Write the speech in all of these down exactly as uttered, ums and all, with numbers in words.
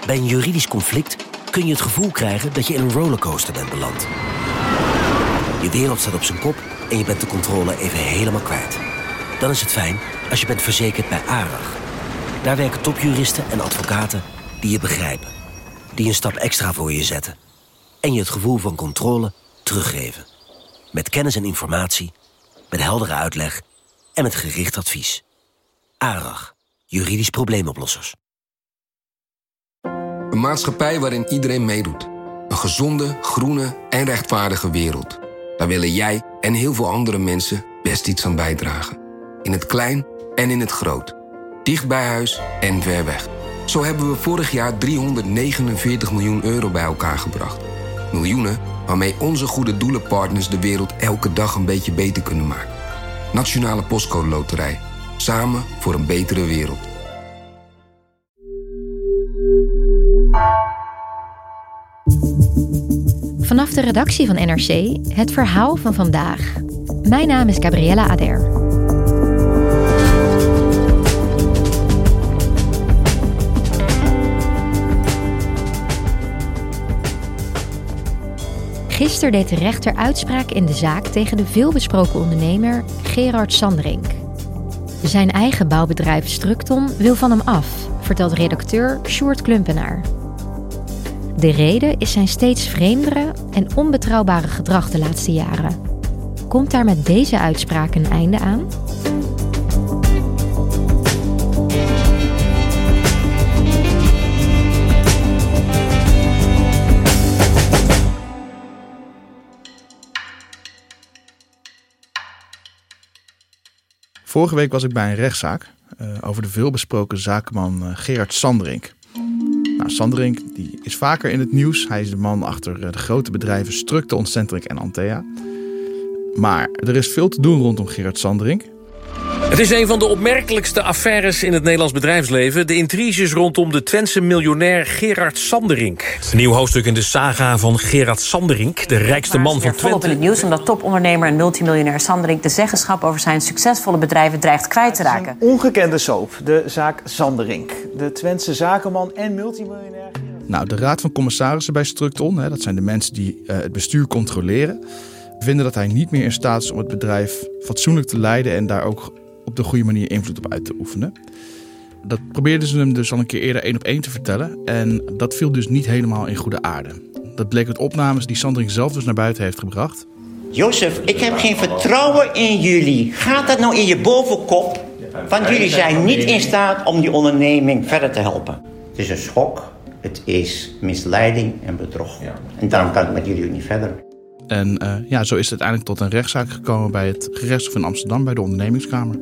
Bij een juridisch conflict kun je het gevoel krijgen dat je in een rollercoaster bent beland. Je wereld staat op zijn kop en je bent de controle even helemaal kwijt. Dan is het fijn als je bent verzekerd bij ARAG. Daar werken topjuristen en advocaten die je begrijpen. Die een stap extra voor je zetten. En je het gevoel van controle teruggeven. Met kennis en informatie, met heldere uitleg en met gericht advies. ARAG, juridisch probleemoplossers. Een maatschappij waarin iedereen meedoet. Een gezonde, groene en rechtvaardige wereld. Daar willen jij en heel veel andere mensen best iets aan bijdragen. In het klein en in het groot. Dicht bij huis en ver weg. Zo hebben we vorig jaar driehonderdnegenenveertig miljoen euro bij elkaar gebracht. Miljoenen waarmee onze goede doelenpartners de wereld elke dag een beetje beter kunnen maken. Nationale Postcode Loterij. Samen voor een betere wereld. Vanaf de redactie van N R C het verhaal van vandaag. Mijn naam is Gabriella Ader. Gisteren deed de rechter uitspraak in de zaak tegen de veelbesproken ondernemer Gerard Sanderink. Zijn eigen bouwbedrijf Structon wil van hem af, vertelt redacteur Sjoerd Klumpenaar. De reden is zijn steeds vreemdere en onbetrouwbare gedrag de laatste jaren. Komt daar met deze uitspraak een einde aan? Vorige week was ik bij een rechtszaak uh, over de veelbesproken zakenman uh, Gerard Sanderink. Nou, Sanderink die is vaker in het nieuws. Hij is de man achter uh, de grote bedrijven Structon, Centric en Antea. Maar er is veel te doen rondom Gerard Sanderink. Het is een van de opmerkelijkste affaires in het Nederlands bedrijfsleven. De intriges rondom de Twentse miljonair Gerard Sanderink. Een nieuw hoofdstuk in de saga van Gerard Sanderink, de rijkste man van Twente. Volop in het nieuws omdat topondernemer en multimiljonair Sanderink de zeggenschap over zijn succesvolle bedrijven dreigt kwijt te raken. Een ongekende soap, de zaak Sanderink. De Twentse zakenman en multimiljonair. Nou, de raad van commissarissen bij Structon, hè, dat zijn de mensen die uh, het bestuur controleren, vinden dat hij niet meer in staat is om het bedrijf fatsoenlijk te leiden en daar ook op de goede manier invloed op uit te oefenen. Dat probeerden ze hem dus al een keer eerder één op één te vertellen. En dat viel dus niet helemaal in goede aarde. Dat bleek uit opnames die Sanderink zelf dus naar buiten heeft gebracht. Jozef, ik heb geen vertrouwen in jullie. Gaat dat nou in je bovenkop? Want jullie zijn niet in staat om die onderneming verder te helpen. Het is een schok. Het is misleiding en bedrog. En daarom kan ik met jullie ook niet verder. En uh, ja, zo is het uiteindelijk tot een rechtszaak gekomen bij het gerechtshof in Amsterdam, bij de ondernemingskamer.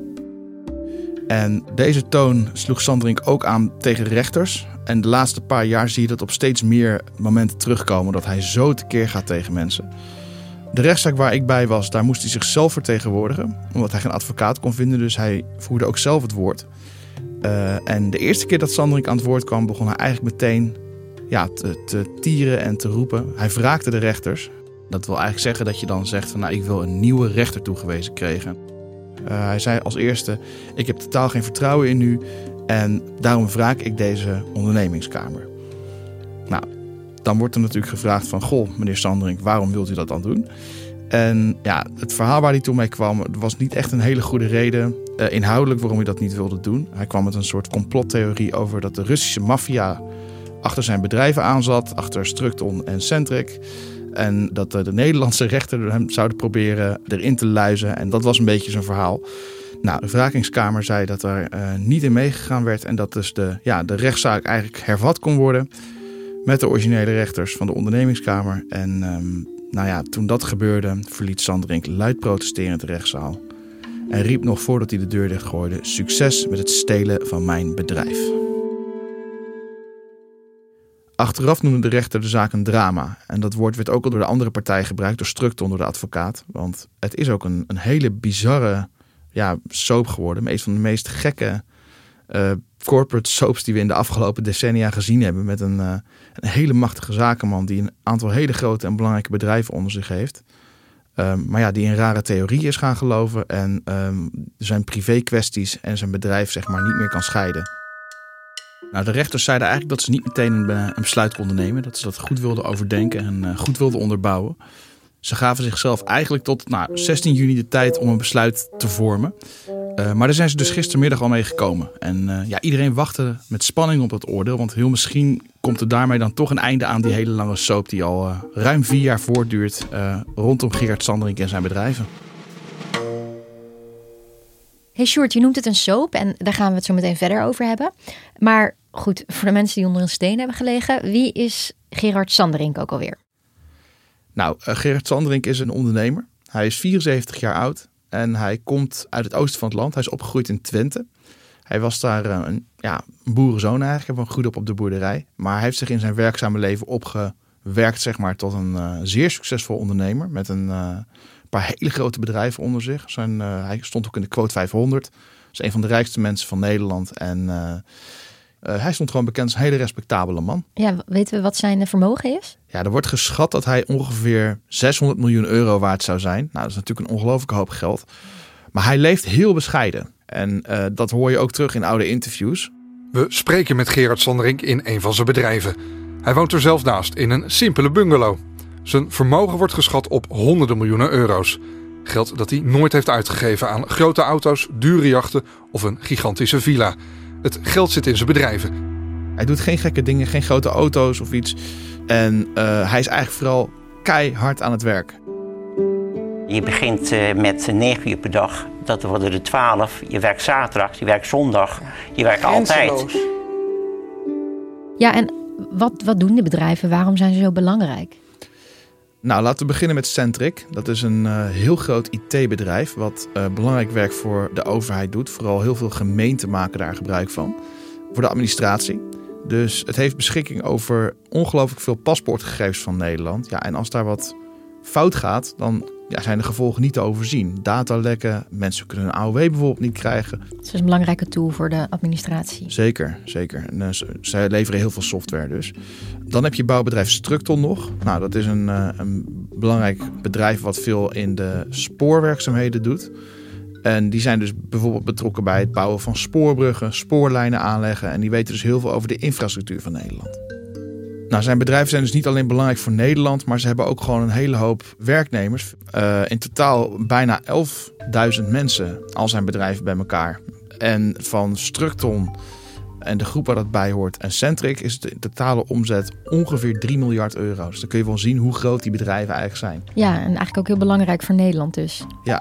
En deze toon sloeg Sanderink ook aan tegen rechters. En de laatste paar jaar zie je dat op steeds meer momenten terugkomen dat hij zo tekeer gaat tegen mensen. De rechtszaak waar ik bij was, daar moest hij zichzelf vertegenwoordigen, omdat hij geen advocaat kon vinden, dus hij voerde ook zelf het woord. Uh, en de eerste keer dat Sanderink aan het woord kwam, begon hij eigenlijk meteen ja, te, te tieren en te roepen. Hij wraakte de rechters. Dat wil eigenlijk zeggen dat je dan zegt van nou, ik wil een nieuwe rechter toegewezen krijgen. Uh, hij zei als eerste, ik heb totaal geen vertrouwen in u en daarom wraak ik deze ondernemingskamer. Nou, dan wordt er natuurlijk gevraagd van, goh, meneer Sanderink, waarom wilt u dat dan doen? En ja, het verhaal waar hij toen mee kwam, was niet echt een hele goede reden uh, inhoudelijk waarom hij dat niet wilde doen. Hij kwam met een soort complottheorie over dat de Russische maffia achter zijn bedrijven aanzat, achter Structon en Centric. En dat de Nederlandse rechter hem zouden proberen erin te luizen. En dat was een beetje zijn verhaal. Nou, de wrakingskamer zei dat er uh, niet in meegegaan werd. En dat dus de, ja, de rechtszaak eigenlijk hervat kon worden. Met de originele rechters van de ondernemingskamer. En um, nou ja, toen dat gebeurde, verliet Sanderink luid protesterend de rechtszaal. En riep nog voordat hij de deur dichtgooide: succes met het stelen van mijn bedrijf. Achteraf noemde de rechter de zaak een drama. En dat woord werd ook al door de andere partij gebruikt, door Structon, door de advocaat. Want het is ook een, een hele bizarre ja, soap geworden. Een van de meest gekke uh, corporate soaps die we in de afgelopen decennia gezien hebben. Met een, uh, een hele machtige zakenman die een aantal hele grote en belangrijke bedrijven onder zich heeft. Um, maar ja, die in rare theorieën is gaan geloven en um, zijn privé kwesties en zijn bedrijf zeg maar niet meer kan scheiden. Nou, de rechters zeiden eigenlijk dat ze niet meteen een, een besluit konden nemen. Dat ze dat goed wilden overdenken en uh, goed wilden onderbouwen. Ze gaven zichzelf eigenlijk tot nou, zestien juni de tijd om een besluit te vormen. Uh, maar daar zijn ze dus gistermiddag al mee gekomen. En uh, ja, iedereen wachtte met spanning op dat oordeel. Want heel misschien komt er daarmee dan toch een einde aan die hele lange soap die al uh, ruim vier jaar voortduurt uh, rondom Gerard Sanderink en zijn bedrijven. Hey Sjoerd, je noemt het een soap en daar gaan we het zo meteen verder over hebben. Maar goed, voor de mensen die onder een steen hebben gelegen, wie is Gerard Sanderink ook alweer? Nou, uh, Gerard Sanderink is een ondernemer. Hij is vierenzeventig jaar oud en hij komt uit het oosten van het land. Hij is opgegroeid in Twente. Hij was daar uh, een, ja, een boerenzoon eigenlijk, hij groeide op op de boerderij. Maar hij heeft zich in zijn werkzame leven opgewerkt zeg maar, tot een uh, zeer succesvol ondernemer met een uh, paar hele grote bedrijven onder zich. Zijn, uh, hij stond ook in de quote vijfhonderd. Dat is een van de rijkste mensen van Nederland en uh, Uh, hij stond gewoon bekend als een hele respectabele man. Ja, weten we wat zijn vermogen is? Ja, er wordt geschat dat hij ongeveer zeshonderd miljoen euro waard zou zijn. Nou, dat is natuurlijk een ongelooflijke hoop geld. Maar hij leeft heel bescheiden. En uh, dat hoor je ook terug in oude interviews. We spreken met Gerard Sanderink in een van zijn bedrijven. Hij woont er zelf naast in een simpele bungalow. Zijn vermogen wordt geschat op honderden miljoenen euro's. Geld dat hij nooit heeft uitgegeven aan grote auto's, dure jachten of een gigantische villa. Het geld zit in zijn bedrijven. Hij doet geen gekke dingen, geen grote auto's of iets. En uh, hij is eigenlijk vooral keihard aan het werk. Je begint uh, met negen uur per dag. Dat worden er twaalf. Je werkt zaterdag, je werkt zondag. Je werkt altijd. Ja, en wat, wat doen de bedrijven? Waarom zijn ze zo belangrijk? Nou, laten we beginnen met Centric. Dat is een uh, heel groot I T-bedrijf wat uh, belangrijk werk voor de overheid doet. Vooral heel veel gemeenten maken daar gebruik van. Voor de administratie. Dus het heeft beschikking over ongelooflijk veel paspoortgegevens van Nederland. Ja, en als daar wat fout gaat, dan ja, zijn de gevolgen niet te overzien. Datalekken, mensen kunnen een A O W bijvoorbeeld niet krijgen. Het is een belangrijke tool voor de administratie. Zeker, zeker. En, uh, zij leveren heel veel software dus. Dan heb je bouwbedrijf Structon nog. Nou, dat is een, uh, een belangrijk bedrijf wat veel in de spoorwerkzaamheden doet. En die zijn dus bijvoorbeeld betrokken bij het bouwen van spoorbruggen, spoorlijnen aanleggen. En die weten dus heel veel over de infrastructuur van Nederland. Nou, zijn bedrijven zijn dus niet alleen belangrijk voor Nederland, maar ze hebben ook gewoon een hele hoop werknemers. Uh, in totaal bijna elfduizend mensen, al zijn bedrijven bij elkaar. En van Structon en de groep waar dat bij hoort en Centric is de totale omzet ongeveer drie miljard euro. Dus dan kun je wel zien hoe groot die bedrijven eigenlijk zijn. Ja, en eigenlijk ook heel belangrijk voor Nederland dus. Ja.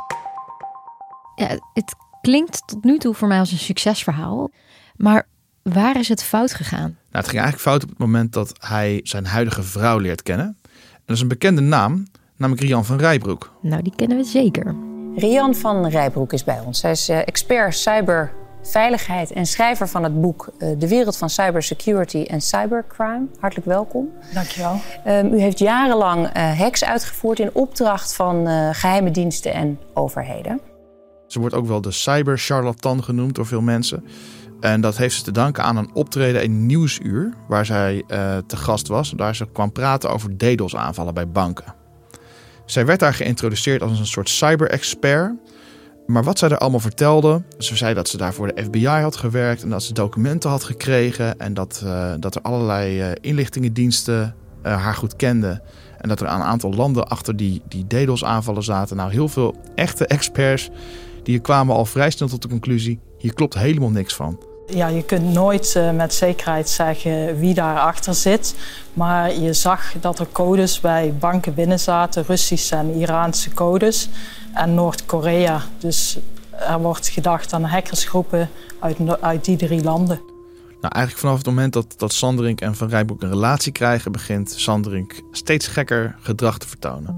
Ja, het klinkt tot nu toe voor mij als een succesverhaal. Maar waar is het fout gegaan? Nou, het ging eigenlijk fout op het moment dat hij zijn huidige vrouw leert kennen. En dat is een bekende naam, namelijk Rian van Rijbroek. Nou, die kennen we zeker. Rian van Rijbroek is bij ons. Hij is expert cyberveiligheid en schrijver van het boek De Wereld van Cybersecurity en Cybercrime. Hartelijk welkom. Dankjewel. Um, u heeft jarenlang uh, hacks uitgevoerd in opdracht van uh, geheime diensten en overheden. Ze wordt ook wel de cybercharlatan genoemd door veel mensen. En dat heeft ze te danken aan een optreden in Nieuwsuur, waar zij uh, te gast was. Daar ze kwam praten over DDoS-aanvallen bij banken. Zij werd daar geïntroduceerd als een soort cyber-expert. Maar wat zij er allemaal vertelde, ze zei dat ze daar voor de F B I had gewerkt en dat ze documenten had gekregen en dat, uh, dat er allerlei uh, inlichtingendiensten uh, haar goed kenden. En dat er een aantal landen achter die, die DDoS-aanvallen zaten. Nou, heel veel echte experts die kwamen al vrij snel tot de conclusie, hier klopt helemaal niks van. Ja, je kunt nooit uh, met zekerheid zeggen wie daarachter zit. Maar je zag dat er codes bij banken binnen zaten, Russische en Iraanse codes en Noord-Korea. Dus er wordt gedacht aan hackersgroepen uit, uit die drie landen. Nou, eigenlijk vanaf het moment dat, dat Sanderink en Van Rijbroek een relatie krijgen, begint Sanderink steeds gekker gedrag te vertonen.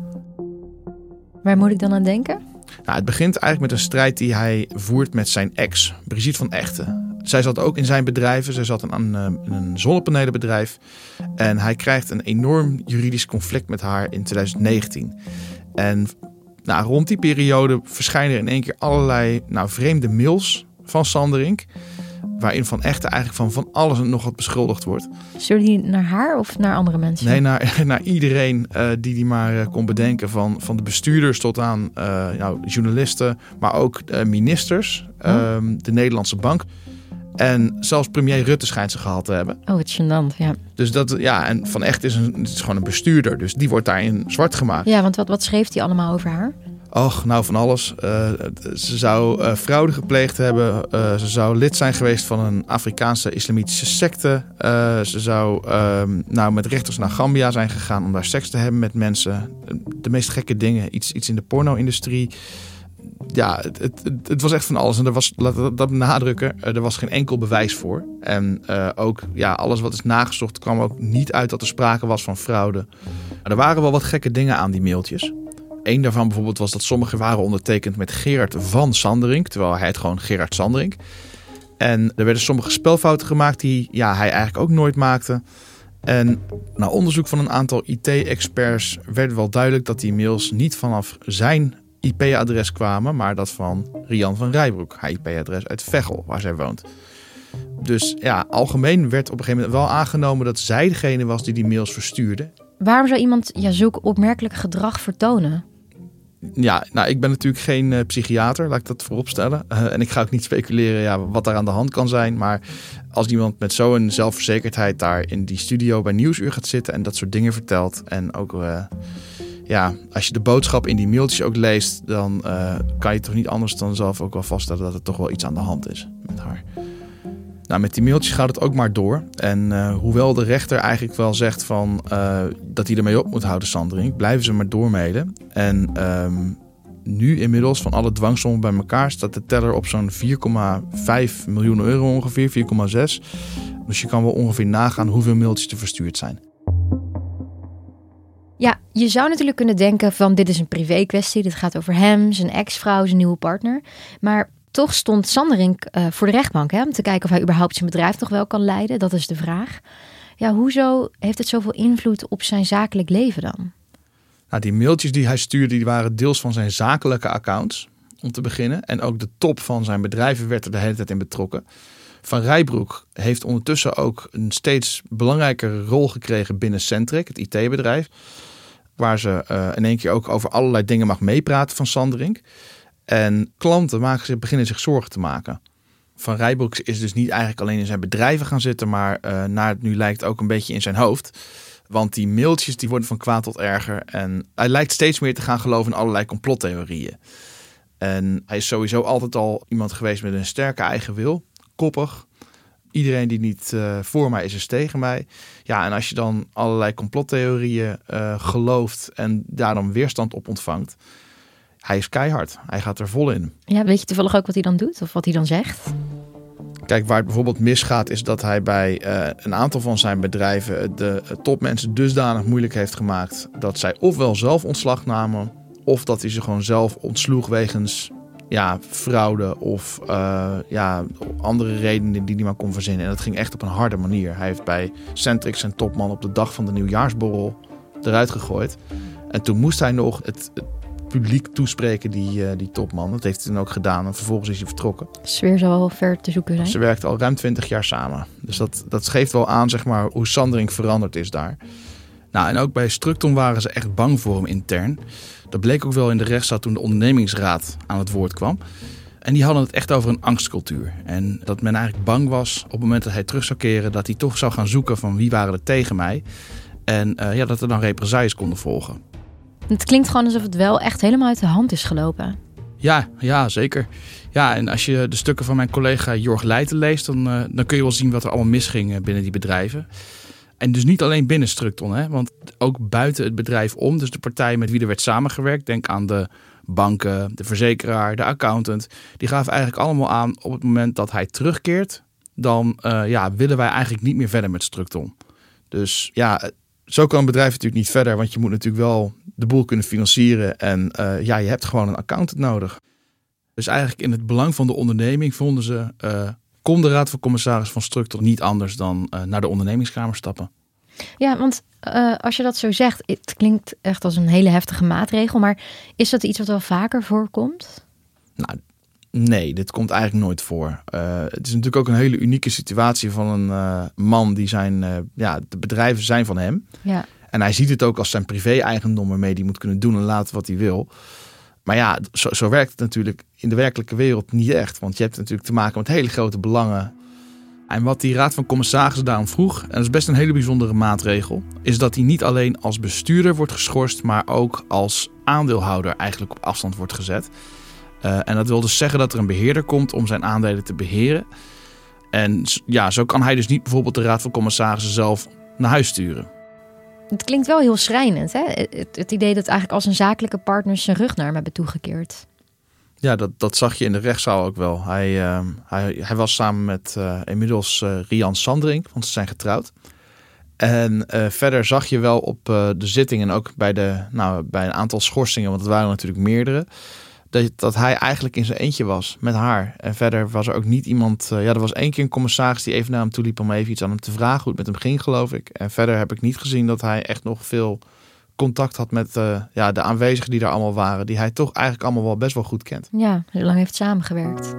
Waar moet ik dan aan denken? Nou, het begint eigenlijk met een strijd die hij voert met zijn ex, Brigitte van Echten. Zij zat ook in zijn bedrijven. Zij zat in een, een zonnepanelenbedrijf. En hij krijgt een enorm juridisch conflict met haar in twintig negentien. En nou, rond die periode verschijnen er in één keer allerlei nou, vreemde mails van Sanderink, waarin Van Echten eigenlijk van van alles en nog wat beschuldigd wordt. Stuurde die naar haar of naar andere mensen? Nee, naar, naar iedereen uh, die die maar uh, kon bedenken. Van, van de bestuurders tot aan uh, nou, journalisten, maar ook uh, ministers, uh, de Nederlandse Bank. En zelfs premier Rutte schijnt ze gehad te hebben. Oh, het gênant, ja. Dus dat, ja, en Van Echt is, een, het is gewoon een bestuurder. Dus die wordt daarin zwart gemaakt. Ja, want wat, wat schreef hij allemaal over haar? Och, nou van alles. Uh, ze zou uh, fraude gepleegd hebben. Uh, ze zou lid zijn geweest van een Afrikaanse islamitische secte. Uh, ze zou uh, nou met rechters naar Gambia zijn gegaan om daar seks te hebben met mensen. De meest gekke dingen. Iets, iets in de porno-industrie. Ja, het, het, het was echt van alles. En er was, laat dat, dat benadrukken, er was geen enkel bewijs voor. En uh, ook ja, alles wat is nagezocht kwam ook niet uit dat er sprake was van fraude. Maar er waren wel wat gekke dingen aan die mailtjes. Eén daarvan bijvoorbeeld was dat sommige waren ondertekend met Gerard van Sanderink, terwijl hij het gewoon Gerard Sanderink. En er werden sommige spelfouten gemaakt die ja, hij eigenlijk ook nooit maakte. En na onderzoek van een aantal I T-experts werd wel duidelijk dat die mails niet vanaf zijn I P-adres kwamen, maar dat van Rian van Rijbroek, haar I P-adres uit Veghel, waar zij woont. Dus ja, algemeen werd op een gegeven moment wel aangenomen dat zij degene was die die mails verstuurde. Waarom zou iemand ja, zulk opmerkelijk gedrag vertonen? Ja, nou, ik ben natuurlijk geen uh, psychiater, laat ik dat voorop stellen. Uh, en ik ga ook niet speculeren ja, wat daar aan de hand kan zijn. Maar als iemand met zo'n zelfverzekerdheid daar in die studio bij Nieuwsuur gaat zitten en dat soort dingen vertelt. En ook, uh, ja, als je de boodschap in die mailtjes ook leest, dan uh, kan je toch niet anders dan zelf ook wel vaststellen dat er toch wel iets aan de hand is met haar. Nou, met die mailtjes gaat het ook maar door. En uh, hoewel de rechter eigenlijk wel zegt van, uh, dat hij ermee op moet houden, Sanderink, blijven ze maar doormailen. En um, nu inmiddels van alle dwangsommen bij elkaar staat de teller op zo'n vier komma vijf miljoen euro ongeveer, vier komma zes. Dus je kan wel ongeveer nagaan hoeveel mailtjes er verstuurd zijn. Ja, je zou natuurlijk kunnen denken van dit is een privé kwestie. Dit gaat over hem, zijn ex-vrouw, zijn nieuwe partner. Maar toch stond Sanderink uh, voor de rechtbank hè, om te kijken of hij überhaupt zijn bedrijf nog wel kan leiden. Dat is de vraag. Ja, hoezo heeft het zoveel invloed op zijn zakelijk leven dan? Nou, die mailtjes die hij stuurde, die waren deels van zijn zakelijke accounts, om te beginnen. En ook de top van zijn bedrijven werd er de hele tijd in betrokken. Van Rijbroek heeft ondertussen ook een steeds belangrijkere rol gekregen binnen Centric, het I T-bedrijf. Waar ze uh, in één keer ook over allerlei dingen mag meepraten van Sanderink. En klanten maken zich, beginnen zich zorgen te maken. Van Rijbroek is dus niet eigenlijk alleen in zijn bedrijven gaan zitten, maar uh, naar het nu lijkt ook een beetje in zijn hoofd. Want die mailtjes die worden van kwaad tot erger. En hij lijkt steeds meer te gaan geloven in allerlei complottheorieën. En hij is sowieso altijd al iemand geweest met een sterke eigen wil. Koppig. Iedereen die niet uh, voor mij is, is tegen mij. Ja, en als je dan allerlei complottheorieën uh, gelooft en daar dan weerstand op ontvangt. Hij is keihard. Hij gaat er vol in. Ja, weet je toevallig ook wat hij dan doet of wat hij dan zegt? Kijk, waar het bijvoorbeeld misgaat is dat hij bij uh, een aantal van zijn bedrijven de uh, topmensen dusdanig moeilijk heeft gemaakt dat zij ofwel zelf ontslag namen of dat hij ze gewoon zelf ontsloeg wegens ja, fraude of uh, ja, andere redenen die hij maar kon verzinnen. En dat ging echt op een harde manier. Hij heeft bij Centric zijn topman op de dag van de nieuwjaarsborrel eruit gegooid. En toen moest hij nog het, het publiek toespreken, die, uh, die topman. Dat heeft hij dan ook gedaan en vervolgens is hij vertrokken. De sfeer zou wel ver te zoeken zijn. Ze werkten al ruim twintig jaar samen. Dus dat, dat geeft wel aan zeg maar, hoe Sanderink veranderd is daar. Nou, en ook bij Structon waren ze echt bang voor hem intern. Dat bleek ook wel in de rechtszaal toen de ondernemingsraad aan het woord kwam. En die hadden het echt over een angstcultuur. En dat men eigenlijk bang was op het moment dat hij terug zou keren, dat hij toch zou gaan zoeken van wie waren er tegen mij. En uh, ja, dat er dan represailles konden volgen. Het klinkt gewoon alsof het wel echt helemaal uit de hand is gelopen. Ja, ja, zeker. Ja, en als je de stukken van mijn collega Jorg Leijten leest, dan, uh, dan kun je wel zien wat er allemaal misging binnen die bedrijven. En dus niet alleen binnen Structon, hè, want ook buiten het bedrijf om. Dus de partijen met wie er werd samengewerkt, denk aan de banken, de verzekeraar, de accountant. Die gaven eigenlijk allemaal aan op het moment dat hij terugkeert, dan uh, ja, willen wij eigenlijk niet meer verder met Structon. Dus ja, zo kan een bedrijf natuurlijk niet verder, want je moet natuurlijk wel de boel kunnen financieren. En uh, ja, je hebt gewoon een accountant nodig. Dus eigenlijk in het belang van de onderneming vonden ze, Uh, kon de Raad van Commissaris van Structon niet anders dan uh, naar de ondernemingskamer stappen. Ja, want uh, als je dat zo zegt, het klinkt echt als een hele heftige maatregel. Maar is dat iets wat wel vaker voorkomt? Nou, nee, dit komt eigenlijk nooit voor. Uh, het is natuurlijk ook een hele unieke situatie van een uh, man die zijn, uh, ja, de bedrijven zijn van hem. Ja. En hij ziet het ook als zijn privé-eigendom waarmee hij moet kunnen doen en laten wat hij wil. Maar ja, zo, zo werkt het natuurlijk in de werkelijke wereld niet echt. Want je hebt natuurlijk te maken met hele grote belangen. En wat die raad van commissarissen daarom vroeg, en dat is best een hele bijzondere maatregel, is dat hij niet alleen als bestuurder wordt geschorst, maar ook als aandeelhouder eigenlijk op afstand wordt gezet. Uh, en dat wil dus zeggen dat er een beheerder komt om zijn aandelen te beheren. En ja, zo kan hij dus niet bijvoorbeeld de raad van commissarissen zelf naar huis sturen. Het klinkt wel heel schrijnend, hè? Het, het idee dat eigenlijk als een zakelijke partners zijn rug naar hem hebben toegekeerd. Ja, dat, dat zag je in de rechtszaal ook wel. Hij, uh, hij, hij was samen met uh, inmiddels uh, Rian Sanderink, want ze zijn getrouwd. En uh, verder zag je wel op uh, de zitting en ook bij, de, nou, bij een aantal schorsingen, want het waren natuurlijk meerdere, dat, dat hij eigenlijk in zijn eentje was met haar. En verder was er ook niet iemand. Uh, ja, er was één keer een commissaris die even naar hem toe liep om even iets aan hem te vragen hoe het met hem ging, geloof ik. En verder heb ik niet gezien dat hij echt nog veel contact had met uh, ja, de aanwezigen die daar allemaal waren, die hij toch eigenlijk allemaal wel best wel goed kent. Ja, heel lang heeft samengewerkt.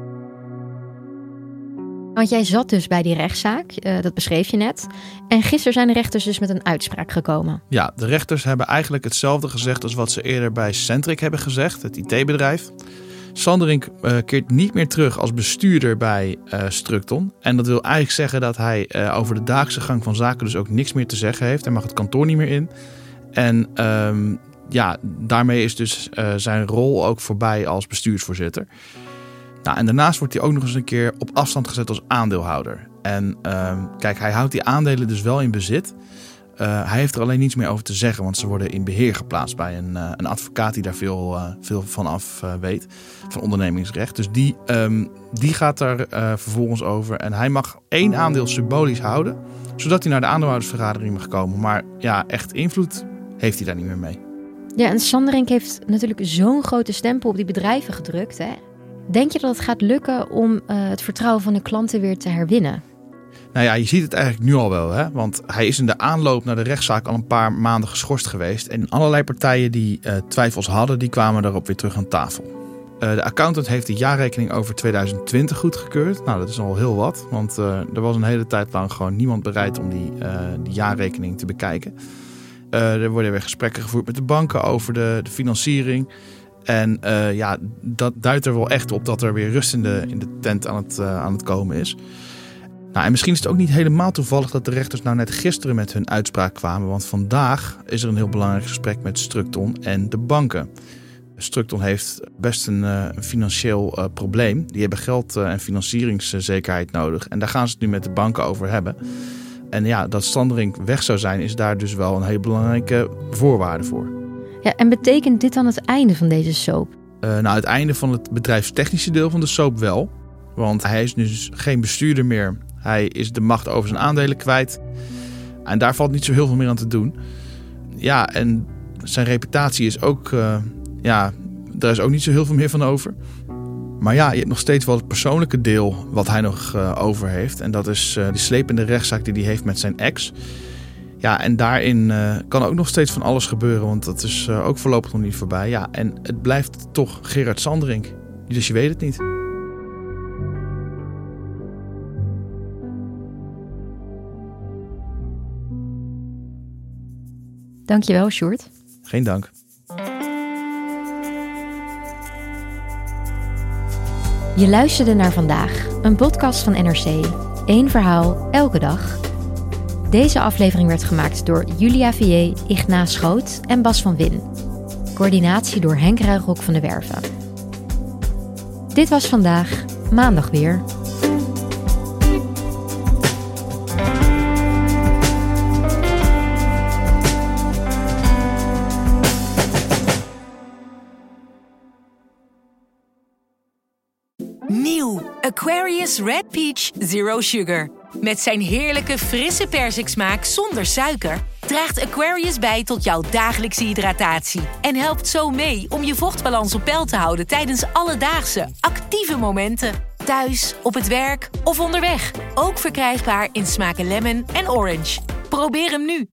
Want jij zat dus bij die rechtszaak, uh, dat beschreef je net. En gisteren zijn de rechters dus met een uitspraak gekomen. Ja, de rechters hebben eigenlijk hetzelfde gezegd als wat ze eerder bij Centric hebben gezegd, het I T-bedrijf. Sanderink uh, keert niet meer terug als bestuurder bij uh, Structon. En dat wil eigenlijk zeggen dat hij uh, over de dagelijkse gang van zaken dus ook niks meer te zeggen heeft. Hij mag het kantoor niet meer in. En um, ja, daarmee is dus uh, zijn rol ook voorbij als bestuursvoorzitter. Nou, en daarnaast wordt hij ook nog eens een keer op afstand gezet als aandeelhouder. En uh, kijk, hij houdt die aandelen dus wel in bezit. Uh, hij heeft er alleen niets meer over te zeggen, want ze worden in beheer geplaatst bij een, uh, een advocaat die daar veel, uh, veel van af uh, weet, van ondernemingsrecht. Dus die, um, die gaat daar uh, vervolgens over. En hij mag één aandeel symbolisch houden, zodat hij naar de aandeelhoudersvergadering mag komen. Maar ja, echt invloed heeft hij daar niet meer mee. Ja, en Sanderink heeft natuurlijk zo'n grote stempel op die bedrijven gedrukt, hè? Denk je dat het gaat lukken om uh, het vertrouwen van de klanten weer te herwinnen? Nou ja, je ziet het eigenlijk nu al wel, hè? Want hij is in de aanloop naar de rechtszaak al een paar maanden geschorst geweest. En allerlei partijen die uh, twijfels hadden, die kwamen daarop weer terug aan tafel. Uh, de accountant heeft de jaarrekening over tweeduizend twintig goedgekeurd. Nou, dat is al heel wat, want uh, er was een hele tijd lang gewoon niemand bereid om die, uh, die jaarrekening te bekijken. Uh, er worden weer gesprekken gevoerd met de banken over de, de financiering. En uh, ja, dat duidt er wel echt op dat er weer rust in de, in de tent aan het, uh, aan het komen is. Nou, en misschien is het ook niet helemaal toevallig dat de rechters nou net gisteren met hun uitspraak kwamen. Want vandaag is er een heel belangrijk gesprek met Structon en de banken. Structon heeft best een, uh, een financieel uh, probleem. Die hebben geld uh, en financieringszekerheid nodig. En daar gaan ze het nu met de banken over hebben. En ja, dat Sanderink weg zou zijn is daar dus wel een hele belangrijke voorwaarde voor. Ja, en betekent dit dan het einde van deze soap? Uh, nou, het einde van het bedrijfstechnische deel van de soap wel. Want hij is dus geen bestuurder meer. Hij is de macht over zijn aandelen kwijt. En daar valt niet zo heel veel meer aan te doen. Ja, en zijn reputatie is ook... Uh, ja, daar is ook niet zo heel veel meer van over. Maar ja, je hebt nog steeds wel het persoonlijke deel wat hij nog uh, over heeft. En dat is uh, die slepende rechtszaak die hij heeft met zijn ex. Ja, en daarin uh, kan ook nog steeds van alles gebeuren. Want dat is uh, ook voorlopig nog niet voorbij. Ja, en het blijft toch Gerard Sanderink. Dus je weet het niet. Dankjewel, Sjoerd. Geen dank. Je luisterde naar Vandaag, een podcast van N R C. Eén verhaal, elke dag. Deze aflevering werd gemaakt door Julia Vier, Ignaas Schoot en Bas van Win. Coördinatie door Henk Ruigrok van de Werven. Dit was Vandaag, maandag weer. Nieuw Aquarius Red Peach Zero Sugar. Met zijn heerlijke frisse persiksmaak zonder suiker draagt Aquarius bij tot jouw dagelijkse hydratatie en helpt zo mee om je vochtbalans op peil te houden tijdens alledaagse, actieve momenten. Thuis, op het werk of onderweg. Ook verkrijgbaar in smaken lemon en orange. Probeer hem nu.